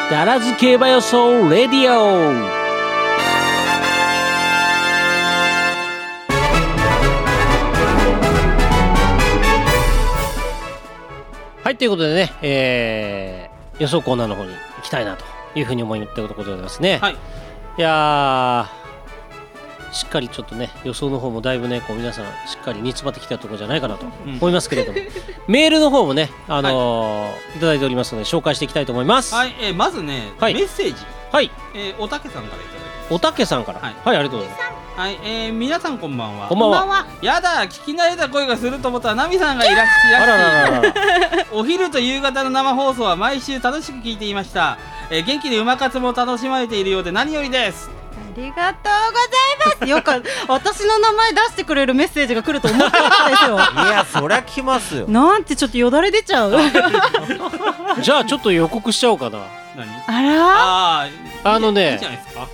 ダラズ競馬予想レディオ。はい、ということでね、予想コーナーの方に行きたいなというふうに思っているところでございますね。 はい、 いやー、しっかりちょっとね予想の方もだいぶねこう皆さんしっかり煮詰まってきたところじゃないかなと思いますけれども、メールの方もね、いただいておりますので紹介していきたいと思います。 はい、まずね、 はい、 メッセージ、 はい、 おたけさんからいただきました。 おたけさんから、はい、はい、ありがとうございます。 はい、皆さんこんばんは。 こんばんは。 やだ、聞き慣れた声がすると思ったらナミさんがいらっしゃい。 あららららお昼と夕方の生放送は毎週楽しく聞いていました。元気で馬活も楽しまれているようで何よりです。 ありがとうございます。よく私の名前出してくれるメッセージが来ると思ってなかったですよ。 いや、そりゃ来ますよ。 なんてちょっとよだれ出ちゃう。 じゃあちょっと予告しちゃおうかな。 何？ あらね、 いいじゃないですか。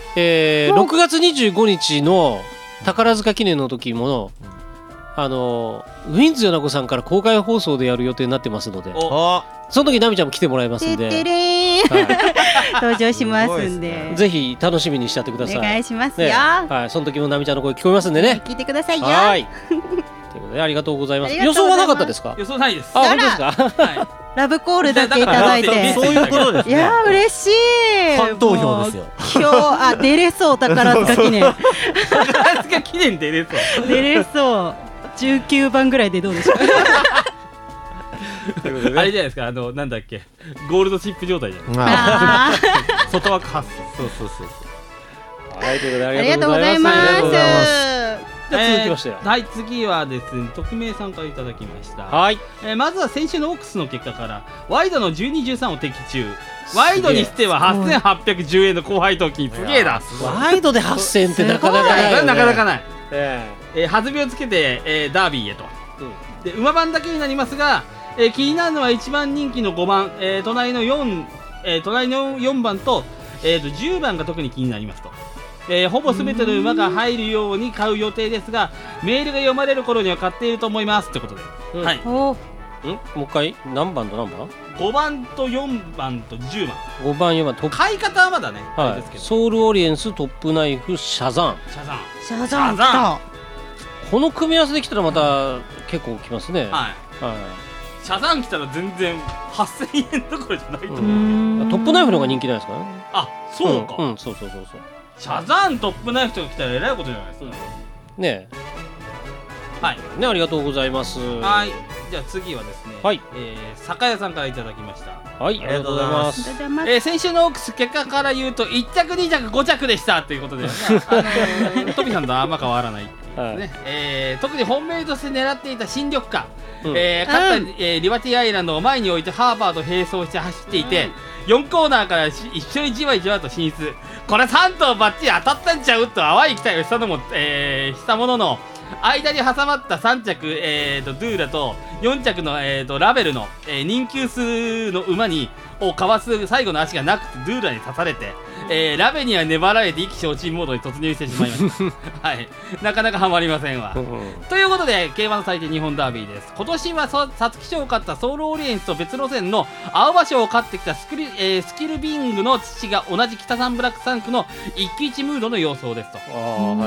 6月25日の宝塚記念の時もウィンズ米子さんから公開放送でやる予定になってますので、その時ナミちゃんも来てもらいますんで、 てれー、はい、登場しますんで、 ぜひ楽しみにしちゃってください。 お願いしますよ、 ね、はい、その時もナミちゃんの声聞こえますんでね、 聞いてくださいよ。 はいということでありがとうございます。予想はなかったですか？ 予想ないです。 あ、本当ですか？ はい、 ラブコールだけいただいて、 そういうことですね。 いやー嬉しい。 ファン投票ですよ。 今日出れそう、宝塚記念。 宝塚記念出れそう。 出れそう。19番ぐらいでどうでしょう。 あれじゃないですか、なんだっけ、ゴールドチップ状態じゃないですか。外枠発送。そう。 はい、ということでありがとうございます。 じゃあ続きまして、 はい、次はですね、匿名さんからいただきました。 はい、 まずは先週のオークスの結果からワイドの12、13を的中。ワイドにしては8810円の高配当金、すげえな。 ワイドで8000ってなかなかないよね。 なかなかない。弾みをつけて、ダービーへと、で馬番だけになりますが、気になるのは1番人気の5番、隣の4番と、10番が特に気になりますと。ほぼ全ての馬が入るように買う予定ですが、メールが読まれる頃には買っていると思いますということで、はい、 もう一回何番と何番 ？5番と4番と10番。 5番4番トップ、 買い方はまだね、 はい、 ですけど、 ソウルオリエンス、トップナイフ、シャザン。 シャザン来た。 この組み合わせできたらまた結構きますね。 はい、はい、シャザン来たら全然8000円どころじゃないと思う。 トップナイフの方が人気ないですかね。 あ、そうか。 そう。 シャザントップナイフとか来たらえらいことじゃないですか。 ねえ。 はい。 ね、ありがとうございます。 はい。じゃあ次はですね。 はい。 酒屋さんからいただきました。 はい、ありがとうございます。 先週のオークス結果から言うと1着2着5着でしたということで、トビさんとあんま変わらないっていうね。特に本命として狙っていた新緑花、勝ったリバティアイランドを前に置いてハーパーと並走して走っていて、4コーナーから一緒にじわじわと進出。これ3頭バッチリ当たったんちゃうと淡い期待をしたのも、したものの、間に挟まった3着、ドゥーラと4着の、ラベルの、人気数の馬をかわす最後の足がなくてドゥーラに刺されて、ラベには粘られて意気消沈モードに突入してしまいました。はい、なかなかハマりませんわ。ということで競馬の祭典日本ダービーです。今年は皐月賞を勝ったソウルオリエンスと別路線の青葉賞を勝ってきたスキルビングの父が同じ北三ブラック3区の一騎一ムードの様相ですと。ここ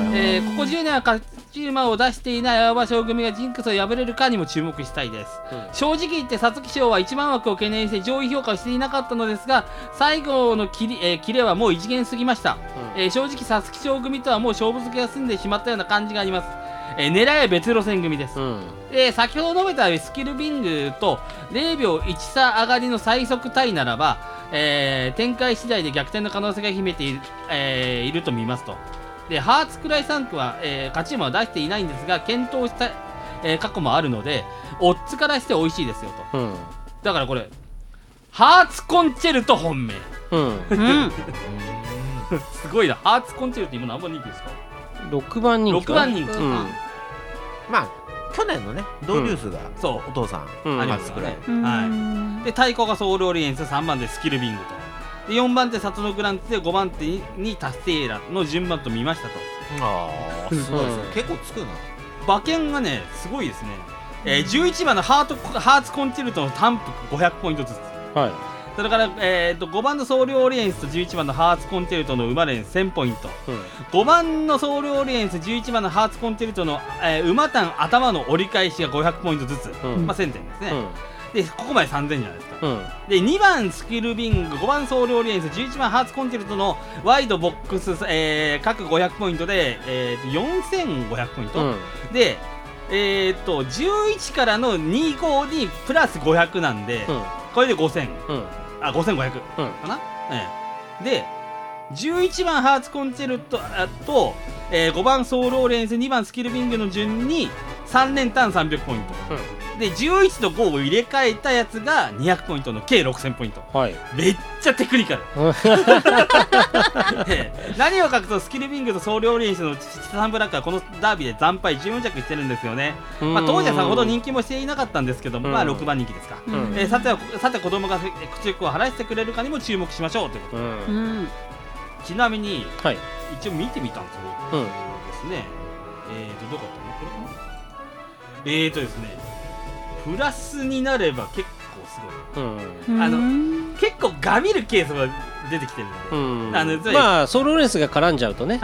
10年は勝ち馬を出していない青葉賞組がジンクスを破れるかにも注目したいです。正直言って皐月賞は1番枠を懸念して上位評価をしていなかったのですが、最後のキレはもう異次元すぎました。正直皐月賞組とはもう勝負付けが済んでしまったような感じがあります。狙いは別路線組です。先ほど述べたスキルビングと0秒1差上がりの最速タイならば、展開次第で逆転の可能性が秘めていると見ますと。でハーツクライ3区は、勝ち馬は出していないんですが検討した、過去もあるのでオッズからして美味しいですよと、だからこれハーツコンチェルト本命、すごいな。ハーツコンチェルト今何番人気ですか ？6番人気。 6番人気、 まあ去年のねドリュースが、お父さんありますね。で対抗がソウルオリエンス、3番でスキルビングと、で4番手サトノグランツで5番手にタステーラの順番と見ましたと。 ああすごいですね。結構つくな。 馬券がねすごいですね。11番のハーツコンチェルトの単服500ポイントずつ、 それから、5番のソウルオリエンスと11番のハーツコンチェルトの馬連1000ポイント、5番のソウルオリエンス11番のハーツコンチェルトの、馬単頭の折り返しが500ポイントずつ、まあ、1000点ですね、でここまで3000じゃないですか、で2番スキルビング5番ソウルオリエンス11番ハーツコンチェルトのワイドボックス、各500ポイントで、4500ポイント、で11からの25にプラス500なんで、これで5000、5500かな、で11番ハーツコンチェルトと、5番ソウルオリエンス2番スキルビングの順に3連単300ポイント、で11と5を入れ替えたやつが200ポイントの計6000ポイント、めっちゃテクニカル何を書くとスキルビングとソウルオリエンスのチタンブラックはこのダービーで惨敗14着してるんですよね。まあ、当時はさほど人気もしていなかったんですけども、まあ6番人気ですか、さて子供が口欲を晴らしてくれるかにも注目しましょうということで、ちなみに、一応見てみたんですよ、ですね、どこだったのこれかな、ですねプラスになれば結構すごい、結構ガビるケースが出てきてるので、 まあソウルオリエンスが絡んじゃうとね、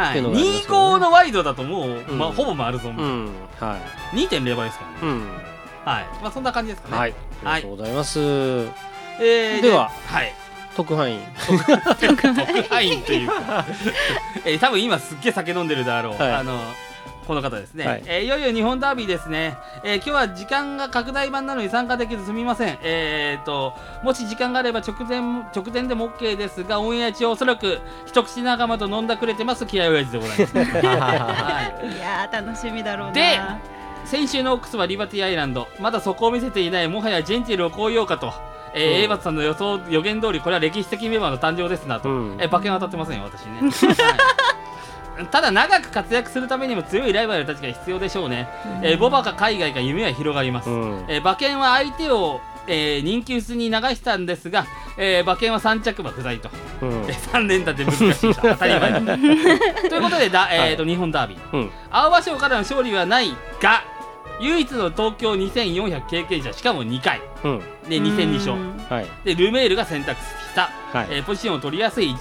25のワイドだともう、ほぼ回るぞ、2.0 倍ですからね、まあそんな感じですかね。 ありがとうございます。では、特派員というか多分今すっげえ酒飲んでるだろう、この方ですね、いよいよ日本ダービーですね、今日は時間が拡大版なのに参加できずすみません。もし時間があれば直前でも OK ですが、オンエア中おそらく一口仲間と飲んだくれてます気合い親父でございますいやー楽しみだろうな。 で先週のオックスはリバティアイランド、まだそこを見せていない、もはやジェンティルを超えようかと、エイバツさんの予言通りこれは歴史的メンバーの誕生ですなと、馬券は当たってませんよ私ねただ長く活躍するためにも強いライバルたちが必要でしょうね。ボバか海外か夢は広がります。馬券は相手を、人気薄に流したんですが、馬券は3着馬不在と、3連単で難しいと当たり前だということで日本ダービー、青葉賞からの勝利はないが唯一の東京2400経験者、しかも2回、で2戦2勝、でルメールが選択した、ポジションを取りやすい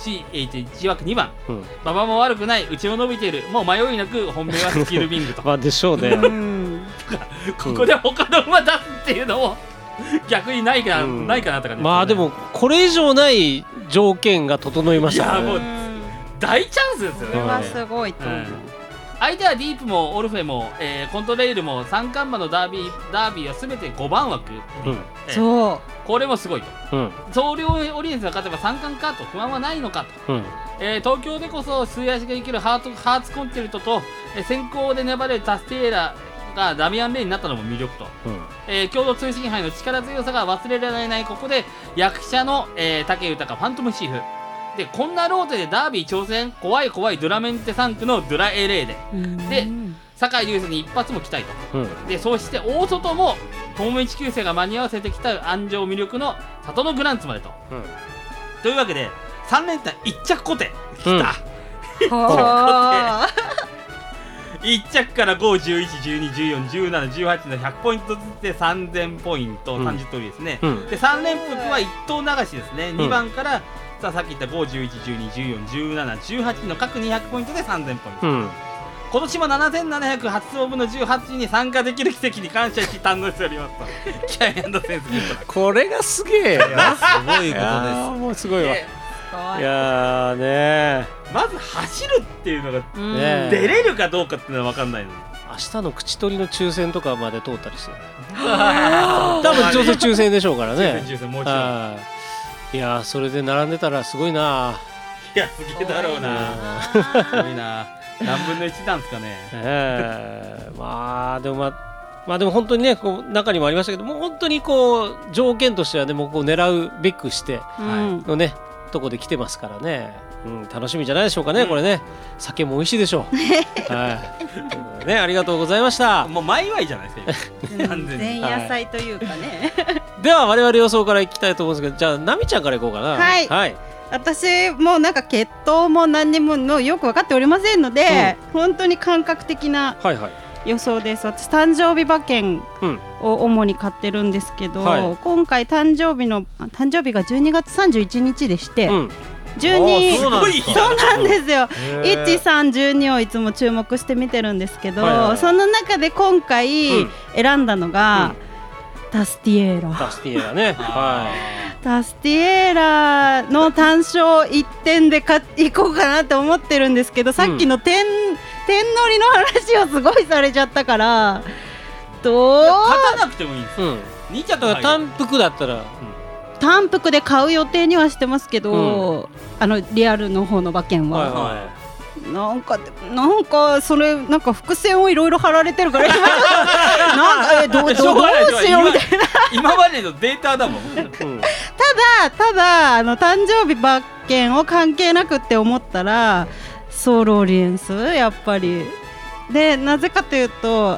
1枠2番、馬場も悪くない、内を伸びている、もう迷いなく本命はスキルビングとまあでしょうねここで他の馬出すっていうのも逆にないかなって感じですね。 まあでもこれ以上ない条件が整いましたね。 いやもう大チャンスですよね。 これはすごいと思う。 相手はディープもオルフェも、コントレイルも三冠馬のダービーは全て5番枠、 そうこれもすごいと、ソウルオリエンスが勝てば三冠かと不安はないのかと、東京でこそ末脚が生きるハーツコンチェルトと、先行で粘れるタステーラがダミアン・レイになったのも魅力と、共同通信杯の力強さが忘れられない。ここで役者の、武豊ファントムシーフで、こんなローテでダービー挑戦、怖いドラメンテ3区のドラエレーで、酒井流星に一発も期待と、でそして大外も東名1級生が間に合わせてきた安城魅力の里のグランツまでと、というわけで3連単1着固定きた、1着から5、11、12、14、17、18の100ポイントずつで3000ポイント、30通りですね、で3連複は1頭流しですね、2番からさっき言った5、11、12、14、17、18の各200ポイントで3000ポイント、今年も7700初勝負の18に参加できる奇跡に感謝し堪能しておりますとキャイアンドセンスギフト。 これがすげえなすごいことです。 もうすごいわ。いやねまず走るっていうのが出れるかどうかっていうのは分かんないのに、 明日の口取りの抽選とかまで通ったりして多分どうせ抽選でしょうからね。 抽選もちろん。 いやそれで並んでたらすごいな。 いやすげえだろうな。すごいな。何分の1なんですかね。 まあでも本当にねこう中にもありましたけども、本当にこう条件としてはねもうこう狙うべくしてのね、とこで来てますからね、楽しみじゃないでしょうかね、これね。酒も美味しいでしょうね。ありがとうございました。 もう前祝いじゃないですか完全に前夜祭というかねでは我々予想からいきたいと思うんですけど、じゃあナミちゃんからいこうかな。はい、 私もなんか血統も何にもよく分かっておりませんので、本当に感覚的な予想です。私誕生日馬券を主に買ってるんですけど、今回誕生日が12月31日でして、12そうなんですよ。1、3、12をいつも注目して見てるんですけど、その中で今回選んだのが、タスティエーラ。 タスティエーラね。 タスティエーラの単勝1点でいこうかなって思ってるんですけど、さっきの点乗りの話をすごいされちゃったから、 勝たなくてもいいんですよ。2着だから単服だったら、 単服で買う予定にはしてますけど、リアルの方の馬券は、なんかそれなんか伏線をいろいろ貼られてるから今なんかどうしようみたいな今までのデータだもん。ただ誕生日馬券を関係なくって思ったらソールオリエンスやっぱりで、なぜかというと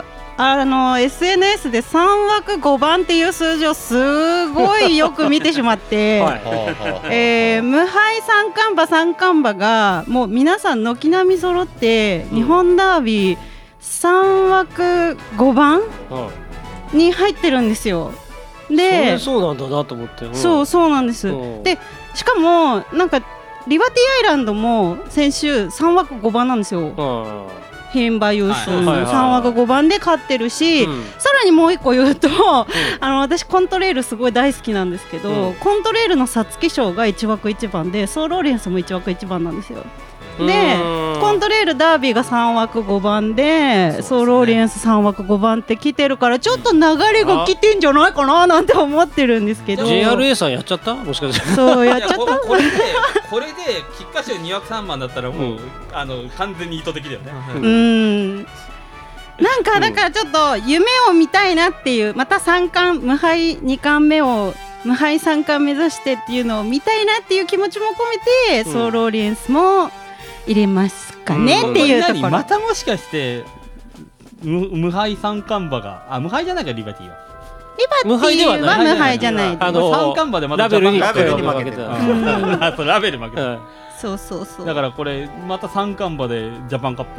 SNS で3枠5番っていう数字をすごいよく見てしまって無敗三冠馬がもう皆さん軒並み揃って日本ダービー3枠5番に入ってるんですよ。でそうなんだなと思って、 そうなんです。でしかもなんかリバティアイランドも先週3枠5番なんですよ。牝馬優勝3枠5番で勝ってるし、さらにもう1個言うと私コントレールすごい大好きなんですけど、コントレールの皐月賞が1枠1番でソールオリエンスも1枠1番なんですよ。でコントレールダービーが3枠5番でソールオリエンス3枠5番って来てるから、ちょっと流れが来てんじゃないかななんて思ってるんですけど、 JRA さんやっちゃった？もしかして。 そうやっちゃったこれで菊花賞2枠3番だったらもう、完全に意図的だよね。 なんかだからちょっと夢を見たいなっていう、また3冠無敗2冠目を無敗3冠目指してっていうのを見たいなっていう気持ちも込めて、ソールオリエンスも入れますかねっていうところ。 またもしかして無敗三冠馬が無敗じゃないか、リバティは。 リバティは無敗じゃない。 三冠馬でまたラベルに負けてた。 ラベル負けた。 そうだからこれまた三冠馬でジャパンカップ。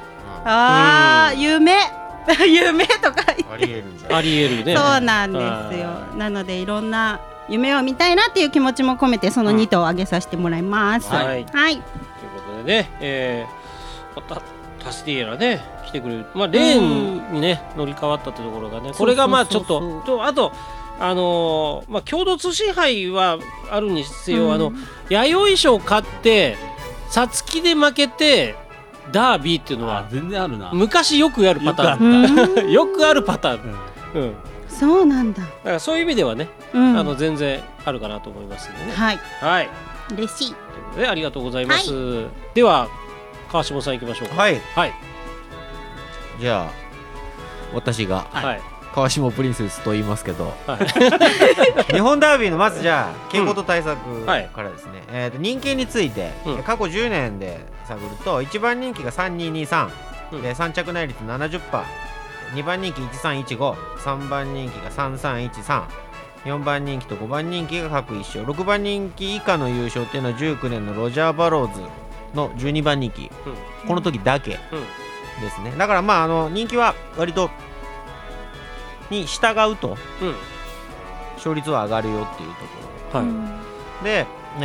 夢とかありえるじゃん。 ありえるね。 そうなんですよ。なのでいろんな夢を見たいなっていう気持ちも込めてその2頭を挙げさせてもらいます。はい。ということでね、タスティエーラね来てくれる。レーンにね乗り換わったってところがね、これがちょっとあと共同通信杯はあるにせよ、弥生賞勝って皐月で負けてダービーっていうのは全然あるな。 昔よくやるパターン。よくあるパターン。 そうなんだ。 だからそういう意味ではね、全然あるかなと思いますんでね。はい。 嬉しい。 ということでありがとうございます。では川下さん行きましょうか。 はい。じゃあ私が川下プリンセスと言いますけど、日本ダービーのまずじゃあ傾向と対策からですね。人気について過去10年で探ると、1番人気が3223で3着内率 70%、 2番人気1315、3番人気が3313、4番人気と5番人気が各1勝、6番人気以下の優勝っていうのは19年のロジャー・バローズの12番人気、この時だけですね。だから人気は割とに従うと勝率は上がるよっていうところ、で、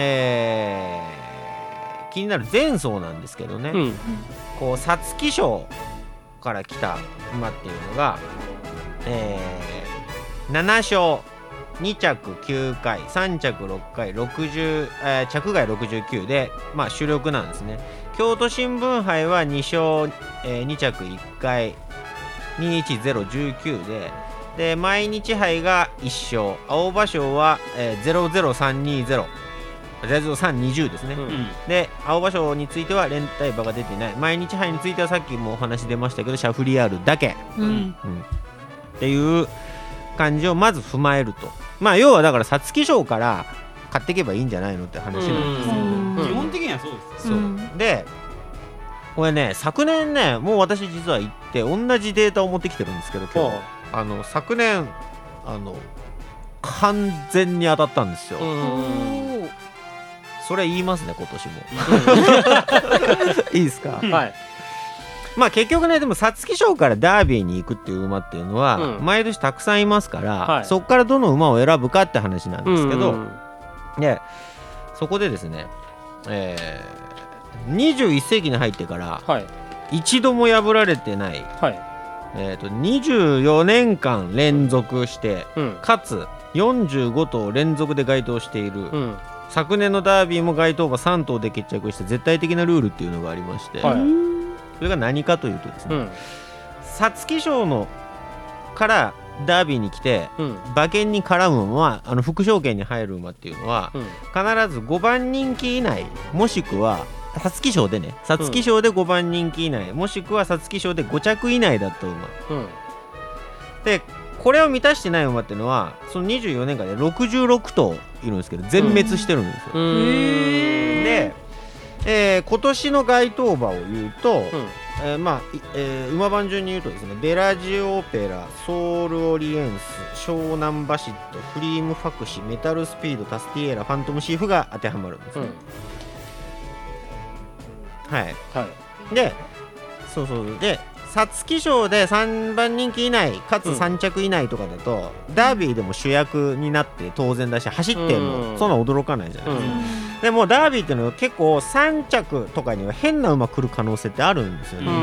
気になる前走なんですけどね、こう皐月賞から来た馬っていうのが、7勝2着9回3着6回60、着外69で主力なんですね。京都新聞杯は2勝、2着1回21019で毎日杯が1勝、青葉賞は、00320 00320ですね、で青葉賞については連帯馬が出てない。毎日杯についてはさっきもお話出ましたけどシャフリヤールだけ、っていう感じをまず踏まえると、要はだから皐月賞から買っていけばいいんじゃないのって話なんですよ。 基本的にはそうです。 でこれね、昨年ねもう私実は行って同じデータを持ってきてるんですけど、今日昨年完全に当たったんですよ。それ言いますね今年も。いいですか。 まあ結局ねでも皐月賞からダービーに行くっていう馬っていうのは、毎年たくさんいますから、そこからどの馬を選ぶかって話なんですけど、でそこでですね、21世紀に入ってから、一度も破られてない、24年間連続して、かつ45頭連続で該当している、昨年のダービーも該当馬3頭で決着して絶対的なルールっていうのがありまして、それが何かというとですね、皐月賞のからダービーに来て、馬券に絡む馬は副賞券に入る馬っていうのは、必ず5番人気以内もしくは皐月賞でね皐月賞で5番人気以内、もしくは皐月賞で5着以内だった馬、でこれを満たしてない馬っていうのはその24年間で66頭いるんですけど全滅してるんですよ、で、今年の該当馬を言うと、馬番順に言うとですね、ベラジオペラ、ソウルオリエンス、湘南バシット、フリームファクシ、メタルスピード、タスティエーラ、ファントムシーフが当てはまるんですね、でで皐月賞で3番人気以内かつ3着以内とかだと、ダービーでも主役になって当然だし走ってもそんな驚かないじゃないですか、でもダービーっていうのは結構3着とかには変な馬来る可能性ってあるんですよね、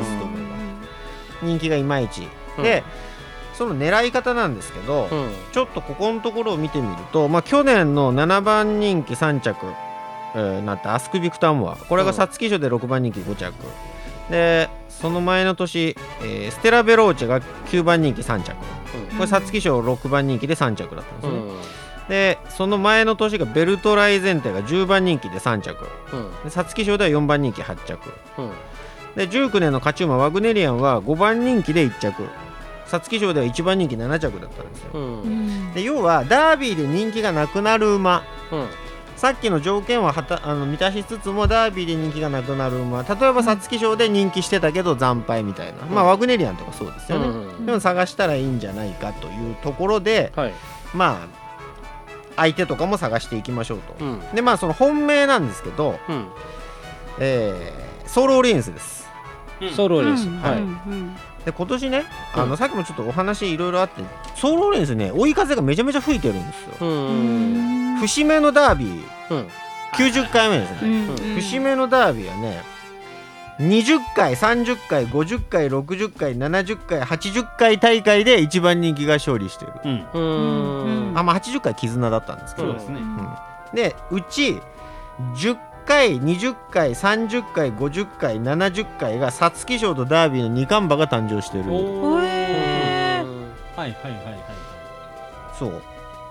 人気がいまいちで、その狙い方なんですけど、ちょっとここのところを見てみると、去年の7番人気3着、なったアスクビクターモア、これが皐月賞で6番人気5着で、その前の年、ステラベローチェが9番人気3着、これ皐月賞6番人気で3着だったんですね、でその前の年がベルトライゼンテが10番人気で3着、皐月賞では4番人気8着、で19年の勝ち馬ワグネリアンは5番人気で1着、皐月賞では1番人気7着だったんですよ、で要はダービーで人気がなくなる馬、さっきの条件は満たしつつもダービーで人気がなくなる馬、例えば皐月賞で人気してたけど惨敗みたいな、ワグネリアンとかそうですよね、でも探したらいいんじゃないかというところで、相手とかも探していきましょうと、でその本命なんですけど、ソウルオリエンスです、 ソウルオリエンス、 で今年ね、さっきもちょっとお話いろいろあって、ソウルオリエンスね追い風がめちゃめちゃ吹いてるんですよ、節目のダービー、90回目ですね、節目のダービーはね20回30回50回60回70回80回大会で一番人気が勝利してる、80回絆だったんですけど、でうち10回20回30回50回70回が皐月賞とダービーの2冠馬が誕生してる。そう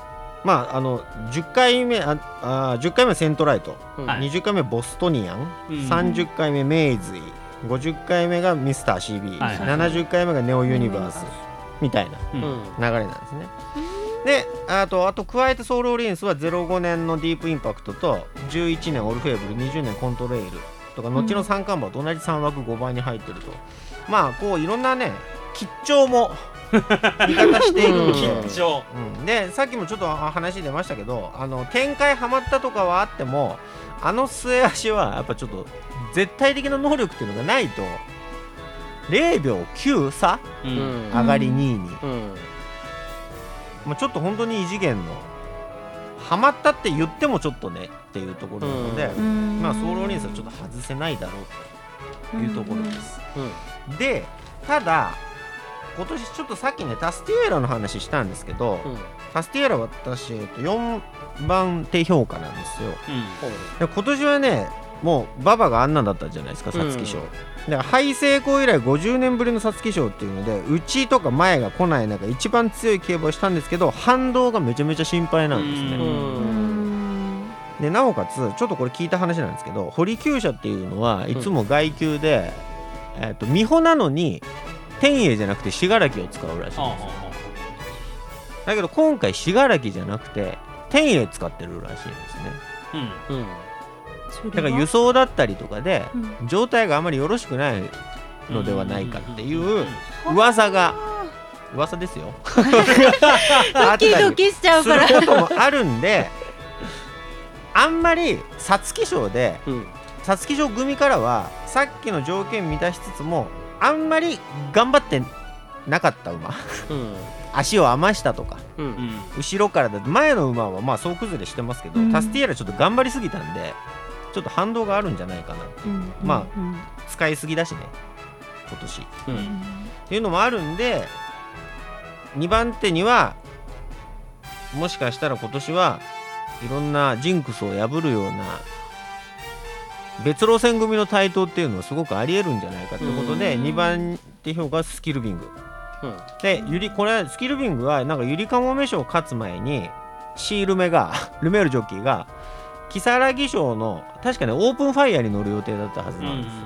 10回目10回目セントライト、20回目ボストニアン、30回目メイズイ、50回目がミスター CB、70回目がネオユニバースみたいな流れなんですね。であと加えてソウルオリエンスは05年のディープインパクトと11年オルフェーブル、20年コントレイルとか後の三冠馬と同じ3枠5番に入ってると、こういろんなね吉兆も味方している吉兆、でさっきもちょっと話出ましたけど、展開ハマったとかはあっても末脚はやっぱちょっと絶対的な能力っていうのがないと0秒9差、上がり2位に、ちょっと本当に異次元のハマったって言ってもちょっとねっていうところなので、ソウルオリエンスはちょっと外せないだろうというところです、でただ今年ちょっとさっきねタスティエーラの話したんですけど、タスティエーラは私、4番手評価なんですよ、で今年はねもう馬場があんなんだったじゃないですか皐月賞、だからハイ成功以来50年ぶりの皐月賞っていうので内とか前が来ない中一番強い競馬をしたんですけど反動がめちゃめちゃ心配なんですね。でなおかつちょっとこれ聞いた話なんですけど、堀厩舎っていうのはいつも外厩で、美穂なのに天栄じゃなくて信楽を使うらしいんですよ。だけど今回信楽じゃなくて天栄使ってるらしいんですね、だから輸送だったりとかで状態があまりよろしくないのではないかっていう噂ですよドキドキしちゃうからすることもあるんで、あんまり皐月賞で皐月賞組からはさっきの条件満たしつつもあんまり頑張ってなかった馬、足を余したとか、後ろからだと前の馬はまあ総崩れしてますけど、タスティエーラちょっと頑張りすぎたんでちょっと反動があるんじゃないかな、まあ使いすぎだしね今年、っていうのもあるんで2番手にはもしかしたら今年はいろんなジンクスを破るような別路線組の台頭っていうのはすごくありえるんじゃないかということで2番手評価はスキルビング、でこれスキルビングはなんかゆりかもめ賞勝つ前にシールメがルメールジョッキーが如月賞の確かねオープンファイヤーに乗る予定だったはずなんです、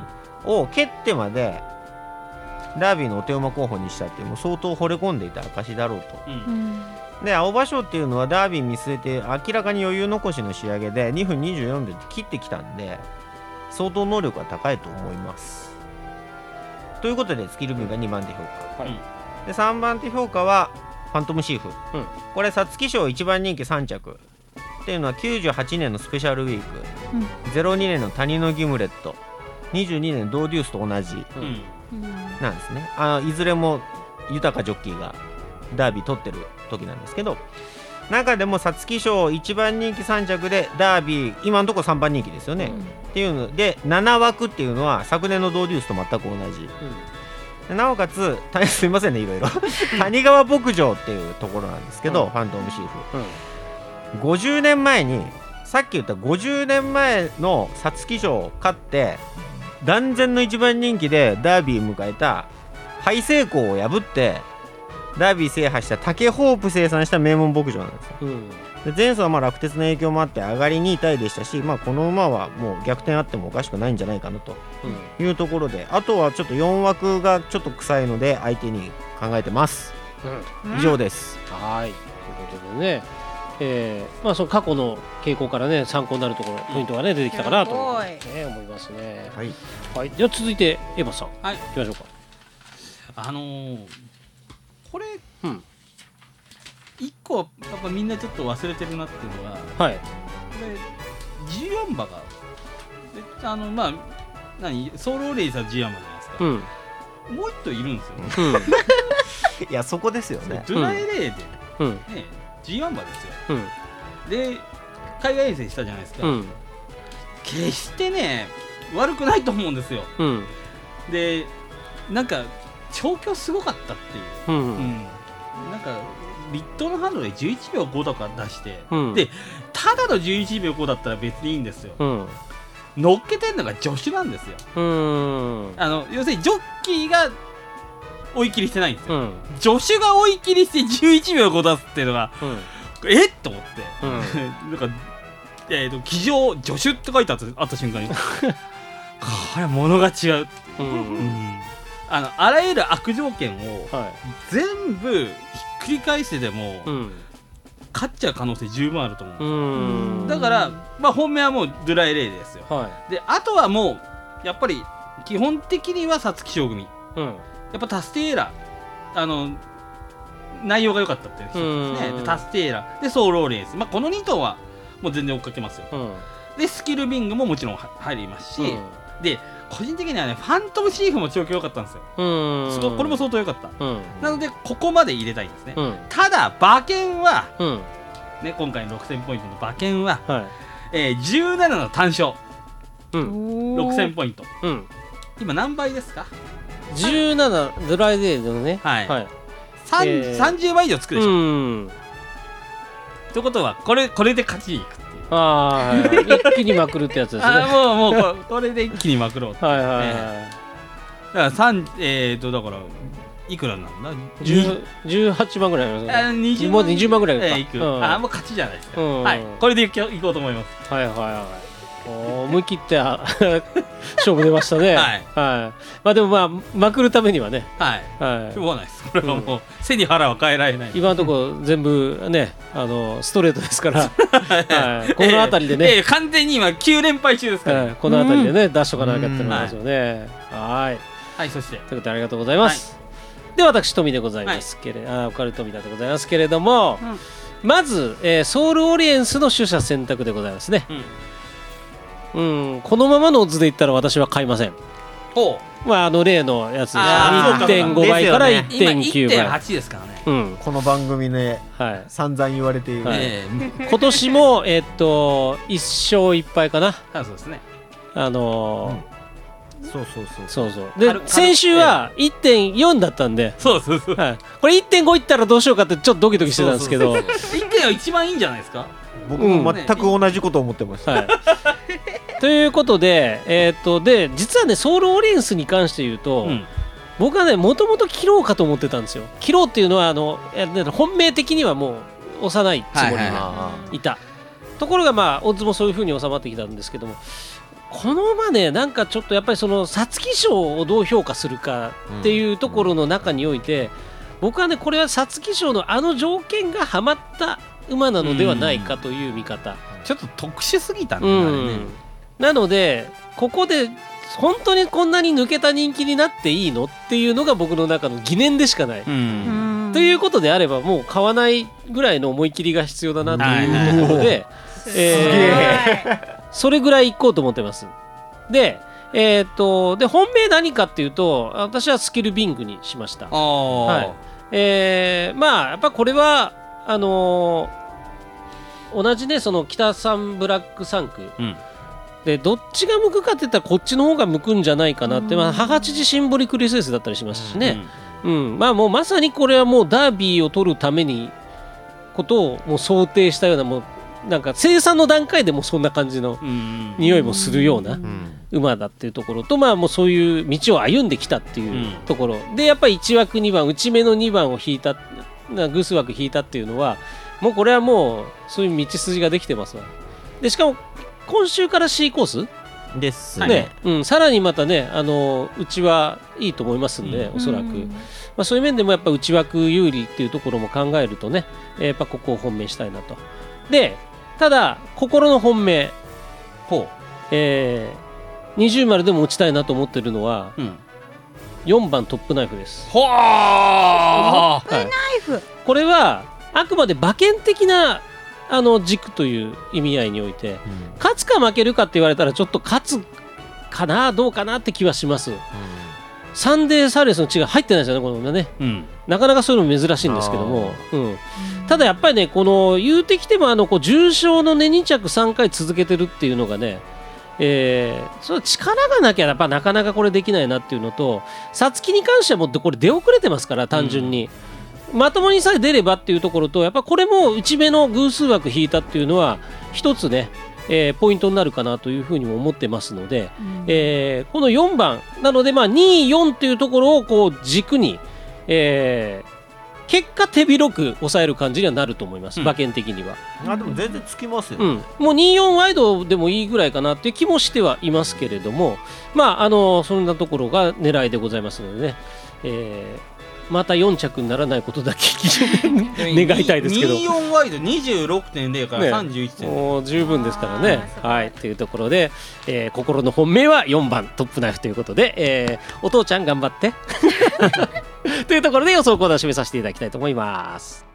を蹴ってまでダービーのお手馬候補にしたっていうもう相当惚れ込んでいた証だろうと、で青葉賞っていうのはダービー見据えて明らかに余裕残しの仕上げで2分24で切ってきたんで相当能力が高いと思います。ということでスキルビングが2番手評価、で3番手評価はファントムシーフ、これ皐月賞1番人気3着っていうのは98年のスペシャルウィーク、02年の谷のギムレット、22年ドーデュースと同じ、なんですね。いずれも豊ジョッキーがダービー取ってる時なんですけど、中でも皐月賞1番人気3着でダービー今のところ3番人気ですよね、っていうので7枠っていうのは昨年のドーデュースと全く同じ、なおかつすいませんねいろいろ谷川牧場っていうところなんですけど、ファントムシーフ、50年前にさっき言った50年前の皐月賞を勝って断然の1番人気でダービー迎えたハイセイコーを破ってダービー制覇した竹ホープ生産した名門牧場なんですよ、で前走はまあ落鉄の影響もあって上がり2位タイでしたし、まあ、この馬はもう逆転あってもおかしくないんじゃないかなというところで、あとはちょっと4枠がちょっと臭いので相手に考えてます、以上です。 はいということでね、まあ、その過去の傾向からね参考になるところポイントがね出てきたかなと思いますね。はい、では続いてエヴァさん、いきましょうか。 これ、一個やっぱみんなちょっと忘れてるなっていうのは、これ14馬がまあソウルオレイさん14馬じゃないですか、もう一頭いるんですよね、 いやそこですよね。 ドゥラエレーで、14馬ですよ、で海外遠征したじゃないですか、決してね悪くないと思うんですよ、でなんか調教すごかったっていう、なんか立冬のハンドで11秒5とか出して、でただの11秒5だったら別にいいんですよ、乗っけてんのが助手なんですよ、要するにジョッキーが追い切りしてないんですよ、助手が追い切りして11秒5出すっていうのが、えっと思って、なんか騎乗助手って書いてあった瞬間にこれは物が違う、あらゆる悪条件を全部ひっくり返してでも、勝っちゃう可能性十分あると思う、だから、まあ、本命はもうドゥラエレイですよ、であとはもうやっぱり基本的には皐月賞組、やっぱタスティエーラ内容が良かったっていう人ですね、でタスティエーラでソーローレース、まあ、この2頭はもう全然追っかけますよ、でスキルビングももちろん入りますし、で個人的にはねファントムシーフも調教良かったんですよ、これも相当良かった、なのでここまで入れたいんですね、ただ馬券は、ね、今回の6000ポイントの馬券は、17の単勝、6000ポイント、今何倍ですか ？17ドライデーのね、 30倍以上つくでしょ、ということはこれで勝ちにいくっていう、 一気にまくるってやつですね。 もうこれで一気にまくろうって、だからだからいくらなんだ 18万ぐらいありますね。もう20万ぐらいか、 もう勝ちじゃないですか、これでいこうと思います。 思い切って勝負出ましたね。まあでもまあまくるためにはね、しょうがないです。これはもう背に腹は変えられない。 今のところ全部ねストレートですから、この辺りでね、 完全に今9連敗中ですから、 この辺りでね出しとかなきゃってのがありますよね。 そしてということでありがとうございます。で私富でございますけれど、オカルト富田でございますけれども、まずソウルオリエンスの取捨選択でございますね。 うん、このままのオッズで言ったら私は買いませせん。 ほう、まあ例のやつです。1.5 倍から 1.9 倍。 今 1.8 ですからね。 うん、 この番組で散々言われている、 今年も1勝1敗かな。 そうですね。 そうで先週は 1.4 だったんで、 これ 1.5 いったらどうしようかってちょっとドキドキしてたんですけど、 1.4 一番いいんじゃないですか。 僕も全く同じことを思ってました。 ということで、で実はねソウルオリエンスに関して言うと、僕はねもともと切ろうかと思ってたんですよ。切ろうっていうのは本命的にはもう押さないつもりでいたところが、まあオッズもそういう風に収まってきたんですけども、この馬ねなんかちょっとやっぱりその皐月賞をどう評価するかっていうところの中において、僕はねこれは皐月賞の条件がはまった馬なのではないかという見方。 ちょっと特殊すぎたね。 なのでここで本当にこんなに抜けた人気になっていいのっていうのが僕の中の疑念でしかない。ということであればもう買わないぐらいの思い切りが必要だなというところで、それぐらい行こうと思ってます。で、本命何かっていうと、私はスキルビングにしました。まあやっぱこれは同じねその北三ブラック3区、でどっちが向くかって言ったらこっちの方が向くんじゃないかなって、母父シンボリクレスエスだったりしますしね、まあもうまさにこれはもうダービーを取るためにことをもう想定したような、もうなんか生産の段階でもそんな感じの匂いもするような馬だっていうところと、まあもうそういう道を歩んできたっていうところで、やっぱり1枠2番内目の2番を引いた偶数枠引いたっていうのはもうこれはもうそういう道筋ができてますわ。でしかも今週から C コースですね、さらにまたねうちはいいと思いますんで、おそらく、そういう面でもやっぱ内枠有利っていうところも考えるとね、やっぱここを本命したいなと。でただ心の本命20丸でも打ちたいなと思ってるのは、4番トップナイフです。 トップナイフ、 これはあくまで馬券的な軸という意味合いにおいて、勝つか負けるかって言われたらちょっと勝つかなどうかなって気はします。サンデーサーレスの血が入ってないですよねこの馬ね、なかなかそういうの珍しいんですけども、ただやっぱりねこの言うてきても重賞のね2着3回続けてるっていうのがね、その力がなきゃやっぱなかなかこれできないなっていうのと、皐月に関してはもうこれ出遅れてますから単純に、まともにさえ出ればっていうところと、やっぱこれも内目の偶数枠引いたっていうのは一つね、ポイントになるかなというふうにも思ってますので、この4番なので2、4というところをこう軸に、結果手広く抑える感じにはなると思います、馬券的には。 でも全然つきますよ、 もう2-4ワイドでもいいぐらいかなっていう気もしてはいますけれども、そんなところが狙いでございますのでね、また4着にならないことだけ願いたいですけど、 24ワイド 26.0 から 31.0、 もう十分ですからね。はいというところで、心の本命は4番トップナイフということで、お父ちゃん頑張ってというところで予想コーナーを締めさせていただきたいと思います。